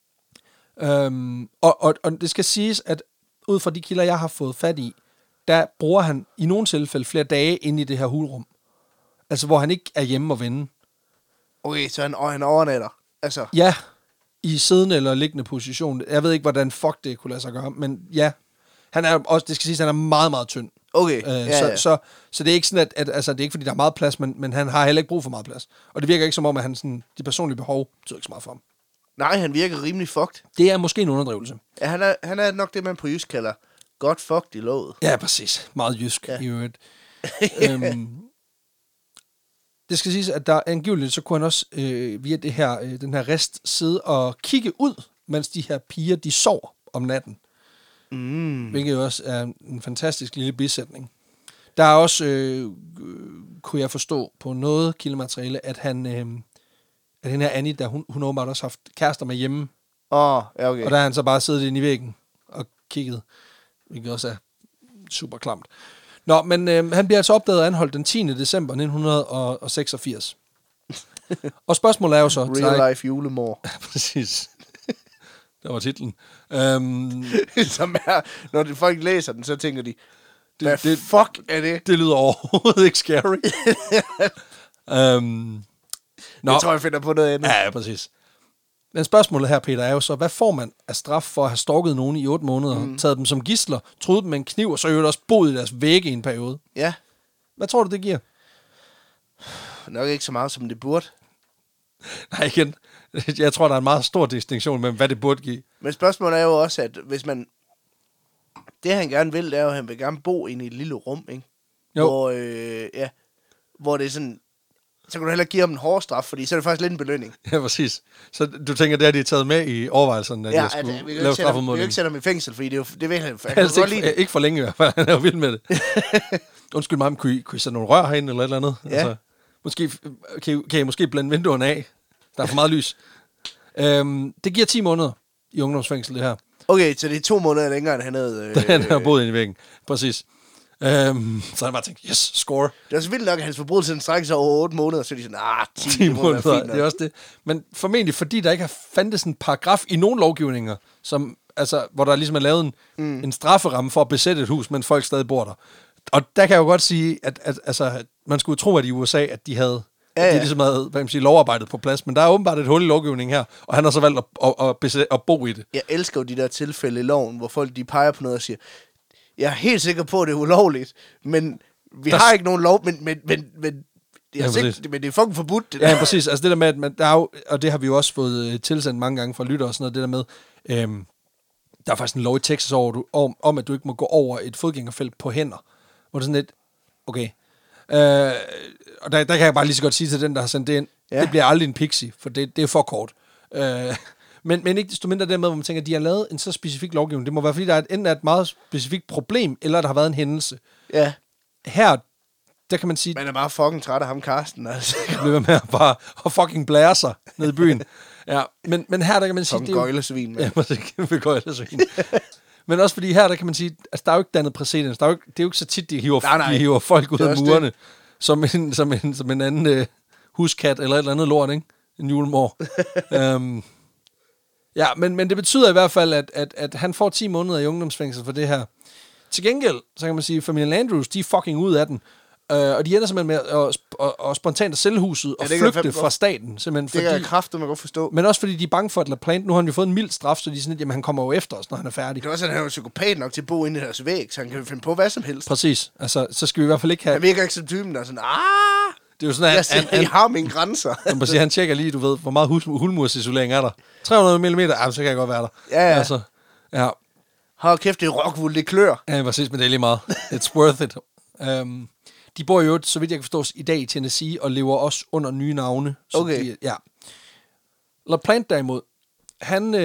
Og det skal siges, at ud fra de kilder, jeg har fået fat i, der bruger han i nogle tilfælde flere dage inde i det her hulrum. Altså, hvor han ikke er hjemme og vende. Okay, så han overnatter. Altså. Ja, i siddende eller liggende position. Jeg ved ikke, hvordan fuck det kunne lade sig gøre, men ja. Han er også, det skal siges, han er meget, meget tynd. Okay, Så det er ikke sådan, at altså, det er ikke, fordi der er meget plads, men han har heller ikke brug for meget plads. Og det virker ikke som om, at han sådan, de personlige behov betyder ikke så meget for ham. Nej, han virker rimelig fucked. Det er måske en underdrivelse. Ja, han er nok det, man på jysk kalder godt fucked i låget. Ja, præcis. Meget jysk i øvrigt. Det skal siges, at der angiveligt, så kunne han også via den her rest sidde og kigge ud, mens de her piger, de sover om natten. Hvilket jo også er en fantastisk lille bisætning. Der er også, kunne jeg forstå på noget kildemateriale, at at den her Annie, der hun åbenbart også haft kærester med hjemme. Ja, okay. Og der har han så bare siddet inde i væggen og kigget, hvilket også er super klamt. Nå, men han bliver altså opdaget og anholdt den 10. december 1986. Og spørgsmålet er jo så... Real life julemor. Ja, præcis. Det var titlen. Som er, når folk læser den, så tænker de, hvad fuck er det? Det lyder overhovedet ikke scary. Jeg tror, jeg finder på noget andet. Ja, præcis. Men spørgsmålet her, Peter, er jo så, hvad får man af straf for at have stalket nogen i 8 måneder, taget dem som gidsler, troet dem med en kniv, og så jo også boet i deres vægge i en periode? Ja. Hvad tror du, det giver? Nok ikke så meget, som det burde. Nej, igen. Jeg tror, der er en meget stor distinktion mellem, hvad det burde give. Men spørgsmålet er jo også, at hvis man... Det, han gerne vil, det er jo, at han vil gerne bo inde i et lille rum, ikke? Jo. Hvor det er sådan... Så kan du heller give ham en hård straf, fordi så er det faktisk lidt en belønning. Ja, præcis. Så du tænker, det har de taget med i overvejelserne, at jeg skulle lave strafudmåling? Vi kan ikke sætte ham i fængsel, fordi det vil han. Helst ikke for længe i hvert fald. Han er jo vild med det. Undskyld mig, kunne I sætte nogle rør herinde eller et eller andet? Ja. Altså, måske, kan I måske blande vinduerne af? Der er for meget lys. Det giver 10 måneder i ungdomsfængsel, det her. Okay, så det er 2 måneder længere, end han havde... Han har boet inde i væggen. Præcis. Så han bare tænkt, yes, score. Det er så vildt nok, at hans forbrydelse den strækker sig over 8 måneder, så er de sådan, 10 måneder, det er også det. Men formentlig, fordi der ikke har fandtes en paragraf i nogle lovgivninger, som, altså, hvor der ligesom er lavet en strafferamme for at besætte et hus, men folk stadig bor der. Og der kan jeg jo godt sige, at altså, man skulle tro, at i USA, at de havde... Ja. De ligesom havde, hvad man siger, lovarbejdet på plads, men der er åbenbart et hul i lovgivningen her, og han har så valgt at bo i det. Jeg elsker jo de der tilfælde i loven, hvor folk de peger på noget og siger, jeg er helt sikker på, at det er ulovligt, men vi har ikke nogen lov, men det er fucking forbudt. Det der. Ja, præcis. Altså det der med, at der er jo, og det har vi jo også fået tilsendt mange gange fra lytter og sådan noget, det der med, der er faktisk en lov i Texas om, at du ikke må gå over et fodgængerfelt på hænder, hvor det er sådan lidt, okay. Og der kan jeg bare lige så godt sige til den, der har sendt det ind, det bliver aldrig en pixie, for det er for kort. Men ikke desto mindre dermed, hvor man tænker, at de har lavet en så specifik lovgivning. Det må være, fordi der enten er et meget specifikt problem, eller der har været en hændelse. Ja. Her, der kan man sige... Man er bare fucking træt af ham, Karsten, altså. Bliver med at fucking blære sig ned i byen. Ja, men her, der kan man sige... Fucking gøjlesvin, mand. Ja, det er kæmpe gøjlesvin. Men også fordi her, der kan man sige, altså der er jo ikke dannet præcedens. Det er jo ikke så tit, de hiver folk ud af murene, som en anden huskat eller et eller andet lort, ikke? En julemor. Ja, men det betyder i hvert fald, at han får 10 måneder i ungdomsfængsel for det her. Til gengæld, så kan man sige, at familien Andrews, de er fucking ud af den. Og de ender simpelthen med at spontant at sælge huset og flygte fra staten. Det kan jeg kraftigt godt forstå. Men også fordi de er bange for, at LaPlante, nu har han jo fået en mild straf, så de er sådan lidt, jamen han kommer jo efter os, når han er færdig. Det er også, at han er jo psykopat nok til at bo inde i deres væg, så han kan finde på hvad som helst. Præcis. Altså, så skal vi i hvert fald ikke have... Han virker ikke som typen, der er sådan, det er jo sådan, jeg har mine grænser. Han tjekker lige, du ved, hvor meget hulmursisolering er der. 300 mm, så kan jeg godt være der. Ja. Altså, ja. Hold kæft, det er rockwool, det klør. Ja, præcis, men det er lige meget. It's worth it. De bor jo, så vidt jeg kan forstå, i dag i Tennessee, og lever også under nye navne. Okay. Ja. LaPlante derimod, han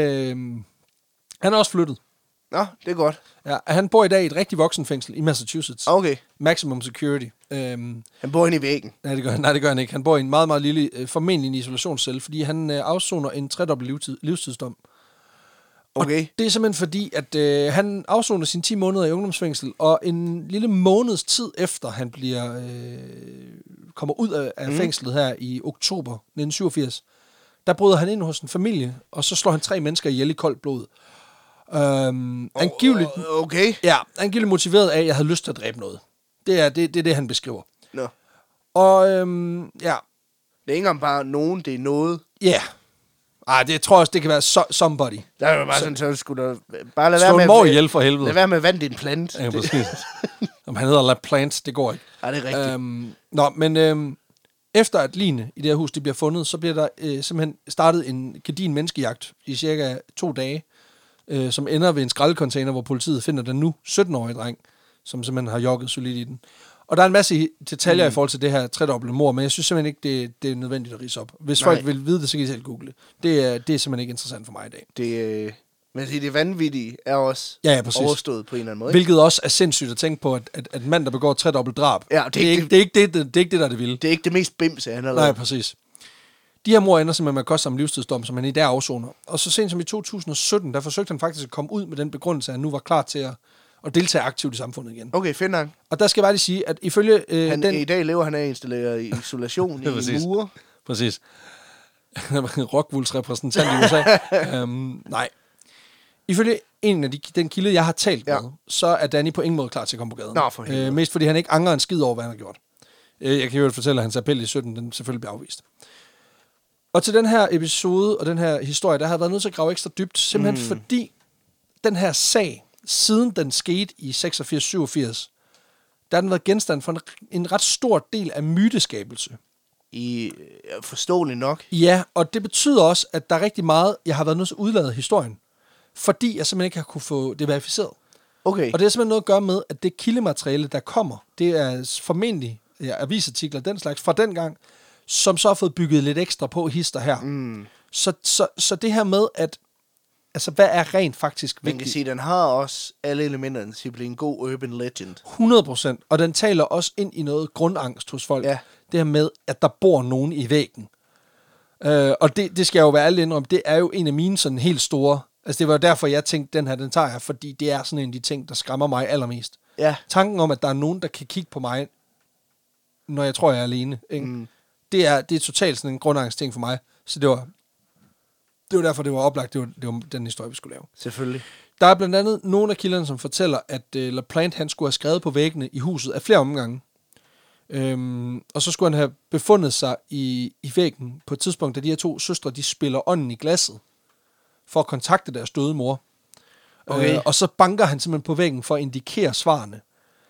er også flyttet. Nå, det er godt. Ja, han bor i dag i et rigtig voksenfængsel i Massachusetts. Okay. Maximum security. Han bor inde i væggen. Nej, det gør han ikke. Han bor i en meget, meget lille, formentlig en isolationscelle, fordi han afsoner en 3-dobbelt livstidsdom. Okay. Og det er simpelthen fordi, at han afsoner sine 10 måneder i ungdomsfængsel, og en lille måneds tid efter, han kommer ud af fængslet her i oktober 1987, der bryder han ind hos en familie, og så slår han 3 mennesker ihjel i koldt blod. Angiveligt, okay. Ja, angiveligt motiveret af, at jeg havde lyst til at dræbe noget. Det er det, han beskriver. Nå. Og ja. Det er ikke engang bare nogen, det er noget. Ja. Yeah. Ej, det tror jeg også, det kan være somebody. Der er jo bare sådan, så skulle der bare lade være med... Slå en ihjel for helvede. Lad være med at vande din plant. Ja, præcis. Om han hedder LaPlante, det går ikke. Ja, det er rigtigt. Men efter at ligene i det her hus, de bliver fundet, så bliver der simpelthen startet en gedigen menneskejagt i cirka 2 dage, som ender ved en skraldecontainer, hvor politiet finder den nu 17-årige dreng, som simpelthen har jogget solidt i den. Og der er en masse detaljer i forhold til det her 3-dobbelte mord, men jeg synes simpelthen ikke, det er nødvendigt at ridse op. Hvis folk vil vide det, så kan I selv google det. Det er simpelthen ikke interessant for mig i dag. Men det vanvittige er også overstået på en eller anden måde. Hvilket også er sindssygt at tænke på, at en mand, der begår 3-dobbelt drab, det er ikke det, der er det vilde. Det er ikke det mest bimse, han har lavet. Nej, præcis. De her mord ender simpelthen med at koste ham livstidsdom, som han i dag afsoner. Og så sent som i 2017, der forsøgte han faktisk at komme ud med den begrundelse, at han nu var klar til at deltage aktivt i samfundet igen. Okay, fedt nok. Og der skal jeg bare lige sige, at ifølge... I dag lever han af at installere isolation i mure. Præcis. Rockwool's repræsentant i USA. Nej. Ifølge en af den kilde, jeg har talt med, så er Danny på ingen måde klar til at komme på gaden. Nå, for helvede. Mest fordi han ikke angrer en skid over, hvad han har gjort. Jeg kan jo fortælle, at hans appel i 17, den selvfølgelig bliver afvist. Og til den her episode og den her historie, der har været nødt til at grave ekstra dybt, simpelthen fordi den her sag, siden den skete i 86-87, der har den været genstand for en ret stor del af myteskabelse. Forståeligt nok. Ja, og det betyder også, at der er rigtig meget, jeg har været nødt til at udlade historien, fordi jeg simpelthen ikke har kunne få det verificeret. Okay. Og det er simpelthen noget at gøre med, at det kildemateriale, der kommer, det er formentlig avisartikler, den slags, fra den gang, som så har fået bygget lidt ekstra på hister her. Så det her med, at altså, hvad er rent faktisk vigtigt? Man kan sige, at den har også alle elementerne til at blive en god urban legend. 100%. Og den taler også ind i noget grundangst hos folk. Ja. Det her med, at der bor nogen i væggen. Og det skal jeg jo være ærlig indrømme, det er jo en af mine sådan helt store... Altså det var derfor, jeg tænkte, den tager jeg, fordi det er sådan en af de ting, der skræmmer mig allermest. Ja. Tanken om, at der er nogen, der kan kigge på mig, når jeg tror, jeg er alene. Ikke? Det er totalt sådan en grundangst ting for mig. Så det var derfor, det var oplagt, det var den historie, vi skulle lave. Selvfølgelig. Der er blandt andet nogle af kilderne, som fortæller, at LaPlante, han skulle have skrevet på væggene i huset af flere omgange. Og så skulle han have befundet sig i væggen på et tidspunkt, da de her 2 søstre, de spiller ånden i glasset for at kontakte deres døde mor. Okay. Og så banker han simpelthen på væggen for at indikere svarene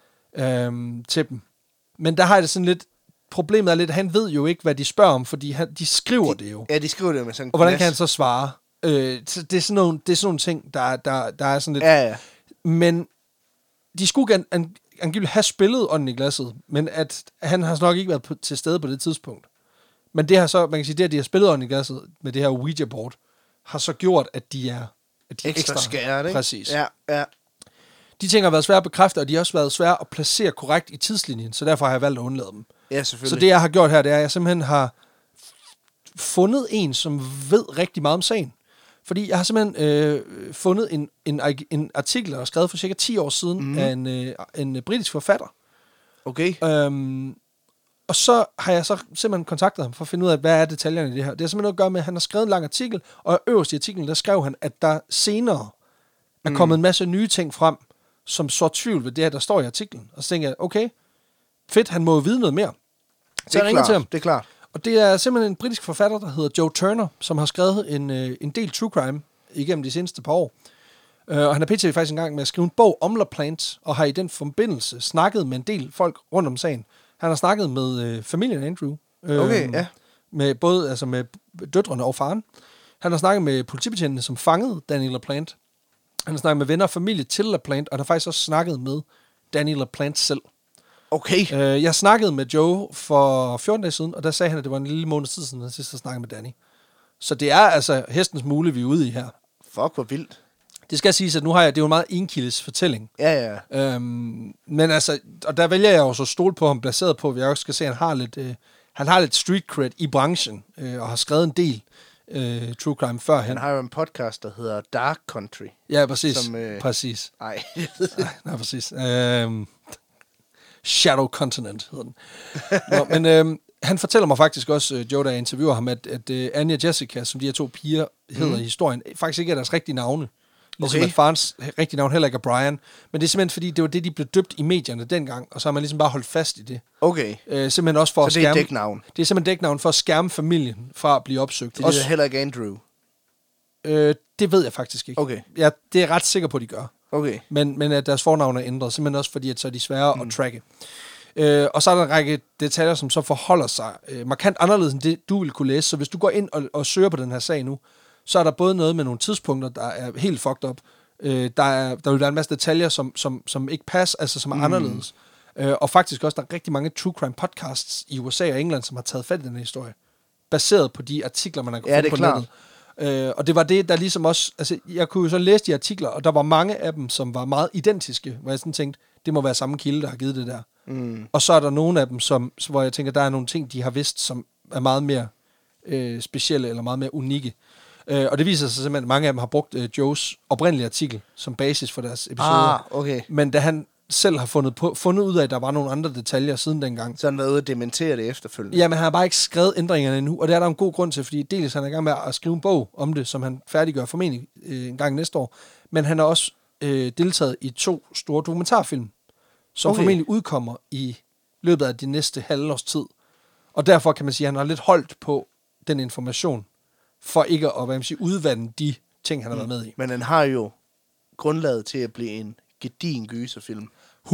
til dem. Men der har jeg det sådan lidt... Problemet er lidt, at han ved jo ikke, hvad de spørger om, fordi de skriver det jo. Ja, de skriver det med sådan en og hvordan kan han så svare? Det er sådan nogle ting, der er sådan lidt... Ja. Men de skulle angiveligt have spillet ånden i glasset, men at han har nok ikke været til stede på det tidspunkt. Men det har så, man kan sige, det at de har spillet ånden i glasset med det her Ouija-board, har så gjort, at de er ekstra skæret, ikke? Præcis. Ja. De ting har været svære at bekræfte, og de har også været svære at placere korrekt i tidslinjen, så derfor har jeg valgt at undlade dem. Ja, selvfølgelig. Så det, jeg har gjort her, det er, at jeg simpelthen har fundet en, som ved rigtig meget om sagen. Fordi jeg har simpelthen fundet en artikel, der er skrevet for cirka 10 år siden af en britisk forfatter. Okay. Og så har jeg så simpelthen kontaktet ham for at finde ud af, hvad er detaljerne i det her. Det har simpelthen noget at gøre med, at han har skrevet en lang artikel, og øverst i artiklen, der skrev han, at der senere er kommet en masse nye ting frem, som så tvivl ved det her, der står i artiklen. Og så tænker jeg, okay, fedt, han må jo vide noget mere. Så jeg ringer til ham. Det er klart. Og det er simpelthen en britisk forfatter, der hedder Joe Turner, som har skrevet en del true crime igennem de seneste par år. Og han er pt. Faktisk en gang med at skrive en bog om LaPlante, og har i den forbindelse snakket med en del folk rundt om sagen. Han har snakket med familien Andrew. Okay, ja. Med både altså med døtrene og faren. Han har snakket med politibetjentene, som fangede Danny LaPlante. Han har snakket med venner og familie til LaPlante, og han har faktisk også snakket med Danny LaPlante selv. Okay. Jeg snakkede med Joe for 14 dage siden, og der sagde han, at det var en lille måned tid siden, han sidst har snakket med Danny. Så det er altså hestens mule, vi er ude i her. Fuck, hvor vildt. Det skal siges, at nu har jeg, det er jo en meget enkildes fortælling. Ja. Men altså, og der vælger jeg jo så stole på ham, baseret på, at jeg også skal se, at han har lidt street cred i branchen, og har skrevet en del true crime før. Han har jo en podcast, der hedder Dark Country. Ja, præcis. Præcis. Nej, præcis. Shadow Continent hedder den. Nå, men han fortæller mig faktisk også, Joe, da jeg interviewer ham, at Anya og Jessica, som de her 2 piger hedder i historien, faktisk ikke er deres rigtige navne. Ligesom at farens rigtige navn heller ikke er Brian. Men det er simpelthen fordi, det var det, de blev døbt i medierne dengang, og så har man ligesom bare holdt fast i det. Okay. Simpelthen også for så at skærme... det er dæknavn? Det er simpelthen dæknavn for at skærme familien fra at blive opsøgt. Det er heller ikke Andrew? Det ved jeg faktisk ikke. Okay. Ja, det er jeg ret sikker på, at de gør. Okay. Men at deres fornavn er ændret, simpelthen også fordi, at så er de svære at tracke. Og så er der en række detaljer, som så forholder sig markant anderledes end det, du vil kunne læse. Så hvis du går ind og søger på den her sag nu, så er der både noget med nogle tidspunkter, der er helt fucked up. Der vil være en masse detaljer, som ikke passer, altså som er anderledes. Og faktisk også, der er rigtig mange true crime podcasts i USA og England, som har taget fat i den her historie. Baseret på de artikler, man har fundet på nettet. Og det var det, der ligesom også... Altså, jeg kunne jo så læse de artikler, og der var mange af dem, som var meget identiske, hvor jeg sådan tænkte, det må være samme kilde, der har givet det der. Og så er der nogle af dem, hvor jeg tænker, der er nogle ting, de har vidst, som er meget mere specielle, eller meget mere unikke. Og det viser sig simpelthen, at mange af dem har brugt Joes oprindelige artikel som basis for deres episoder. Okay. Men da han selv har fundet ud af, at der var nogle andre detaljer siden dengang. Så han var ude at dementere det efterfølgende? Ja, men han har bare ikke skrevet ændringerne endnu, og det er der en god grund til, fordi dels han er i gang med at skrive en bog om det, som han færdiggør formentlig en gang næste år, men han har også deltaget i 2 store dokumentarfilm, som formentlig udkommer i løbet af de næste halvårs tid. Og derfor kan man sige, at han har lidt holdt på den information, for ikke at udvande de ting, han har været med i. Men han har jo grundlaget til at blive en gedigen gyserfilm. 100%. 100%.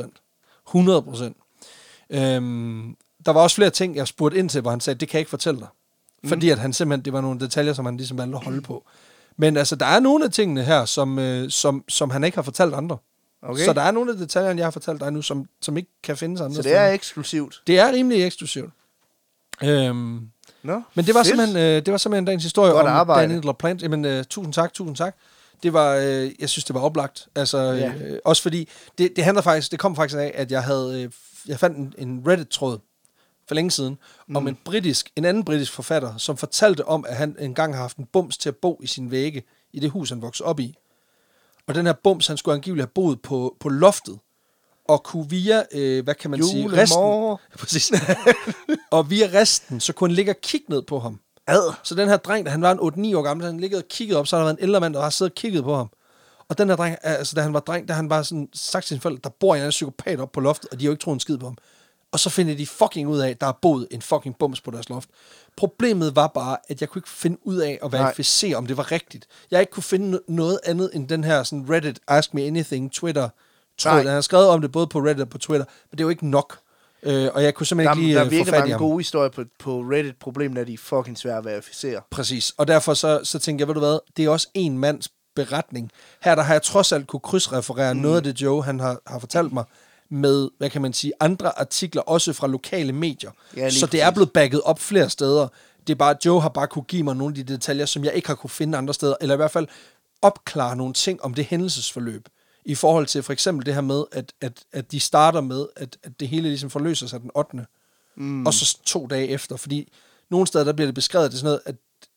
Der var også flere ting, jeg spurgte ind til, hvor han sagde, det kan jeg ikke fortælle dig. Fordi at han simpelthen, det var nogle detaljer, som han ligesom valgte at holde på. Men altså, der er nogle af tingene her, som han ikke har fortalt andre. Okay. Så der er nogle af detaljerne, jeg har fortalt dig nu, som ikke kan findes andre. Så det er eksklusivt? Det er rimelig eksklusivt. No, men det var simpelthen dagens historie godt om arbejde. Danny LaPlante. Jamen, tusind tak. Det var, jeg synes, det var oplagt. Altså, også fordi, det handler faktisk, det kom faktisk af, at jeg fandt en Reddit-tråd for længe siden, om en anden britisk forfatter, som fortalte om, at han engang har haft en bums til at bo i sin vægge, i det hus, han voksede op i. Og den her bums, han skulle angiveligt have boet på loftet, og kunne via, hvad kan man sige, resten, præcis, og via resten, så kunne han ligge og kigge ned på ham. Så den her dreng, da han var en 8-9 år gammel, han liggede og kiggede op, så har der været en ældre mand, der har siddet og kigget på ham. Og den her dreng, altså da han var dreng, da han bare sådan sagt til sine forældre, der bor en anden psykopat op på loftet, og de har jo ikke troet en skid på ham. Og så finder de fucking ud af, at der er boet en fucking bums på deres loft. Problemet var bare, at jeg kunne ikke finde ud af at verificere, om det var rigtigt. Jeg ikke kunne finde noget andet end den her sådan Reddit, Ask Me Anything, Twitter tråd. Han har skrevet om det både på Reddit og på Twitter, men det er jo ikke nok. Og jeg kunne simpelthen ikke lige få fat i ham. Der er virkelig mange gode historier på Reddit. Problemet er, at de er fucking svære at verificere. Præcis. Og derfor så tænker jeg, ved du hvad, det er også en mands beretning. Her der har jeg trods alt kunne krydsreferere noget af det, Joe han har fortalt mig, med, hvad kan man sige, andre artikler, også fra lokale medier. Ja, så det er blevet backet op flere steder. Det er bare, at Joe har bare kunne give mig nogle af de detaljer, som jeg ikke har kunne finde andre steder, eller i hvert fald opklare nogle ting om det hændelsesforløb. I forhold til for eksempel det her med, at de starter med, at det hele ligesom forløser sig den 8. Og så 2 dage efter. Fordi nogle steder, der bliver det beskrevet, det er sådan noget,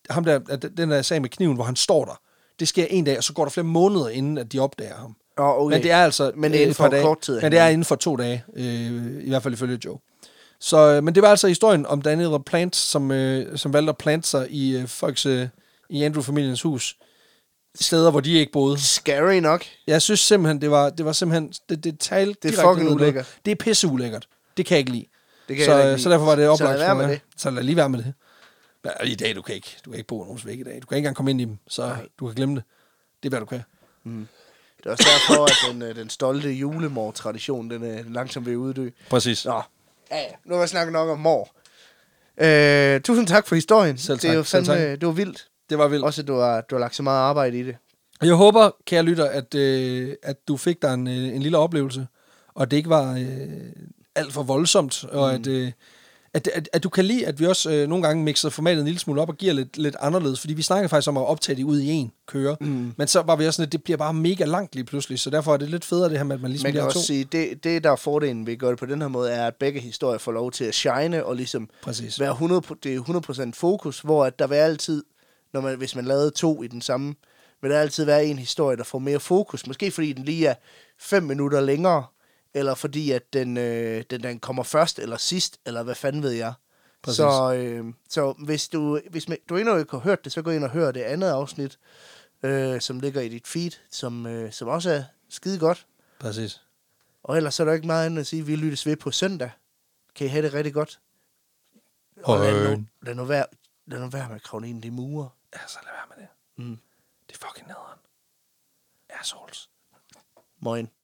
ham der, den der sag med kniven, hvor han står der, det sker en dag, og så går der flere måneder, inden at de opdager ham. Okay. Men det er altså men det er inden for kort tid. Men det er inden for 2 dage, i hvert fald ifølge Joe. Så, men det var altså historien om Daniel LaPlante, som valgte at plante sig i folks, i Andrew-familiens hus. Steder, hvor de ikke boede. Scary nok. Jeg synes simpelthen, det var simpelthen, det talte det er fucking ulækkert. Det er pisseulækkert. Det kan jeg ikke lide. Det kan jeg ikke så derfor var det oplagt. Så lad med det. Så lad lige være med det. I dag, du kan ikke bo nogens væk i dag. Du kan ikke engang komme ind i dem, så du kan glemme det. Det er, hvad du kan. Mm. Det er også derfor, at den stolte julemor-tradition, den er langsomt ved at uddø. Præcis. Nå, ja. Nu har jeg snakket nok om mor. Tusind tak for historien. Selv tak. Det er jo fandme, det var vildt. Det var vildt. Også, at du har lagt så meget arbejde i det. Jeg håber, kære lytter, at du fik dig en lille oplevelse, og det ikke var alt for voldsomt, og at du kan lide, at vi også nogle gange mixer formatet en lille smule op og giver lidt anderledes, fordi vi snakker faktisk om at optage det ud i en køre, men så var vi også sådan, at det bliver bare mega langt lige pludselig, så derfor er det lidt federe det her med, at man ligesom bliver to. Man kan også sige, det der er fordelen ved at gøre det på den her måde, er, at begge historier får lov til at shine, og ligesom være 100% fokus, hvor at der vil altid, hvis man lavede 2 i den samme, vil der altid være en historie, der får mere fokus, måske fordi den lige er 5 minutter længere, eller fordi at den kommer først eller sidst, eller hvad fanden ved jeg. Præcis. Så hvis du endnu ikke har hørt det, så gå ind og hør det andet afsnit, som ligger i dit feed, som også er skide godt. Præcis. Og ellers så er der ikke meget andet at sige. Vi lyttes ved på søndag. Kan I have det rigtig godt? Og lad nu være med at kravle ind i de mure. Ja, så lad være med det. Det er fucking nederen. Assholes. Moin.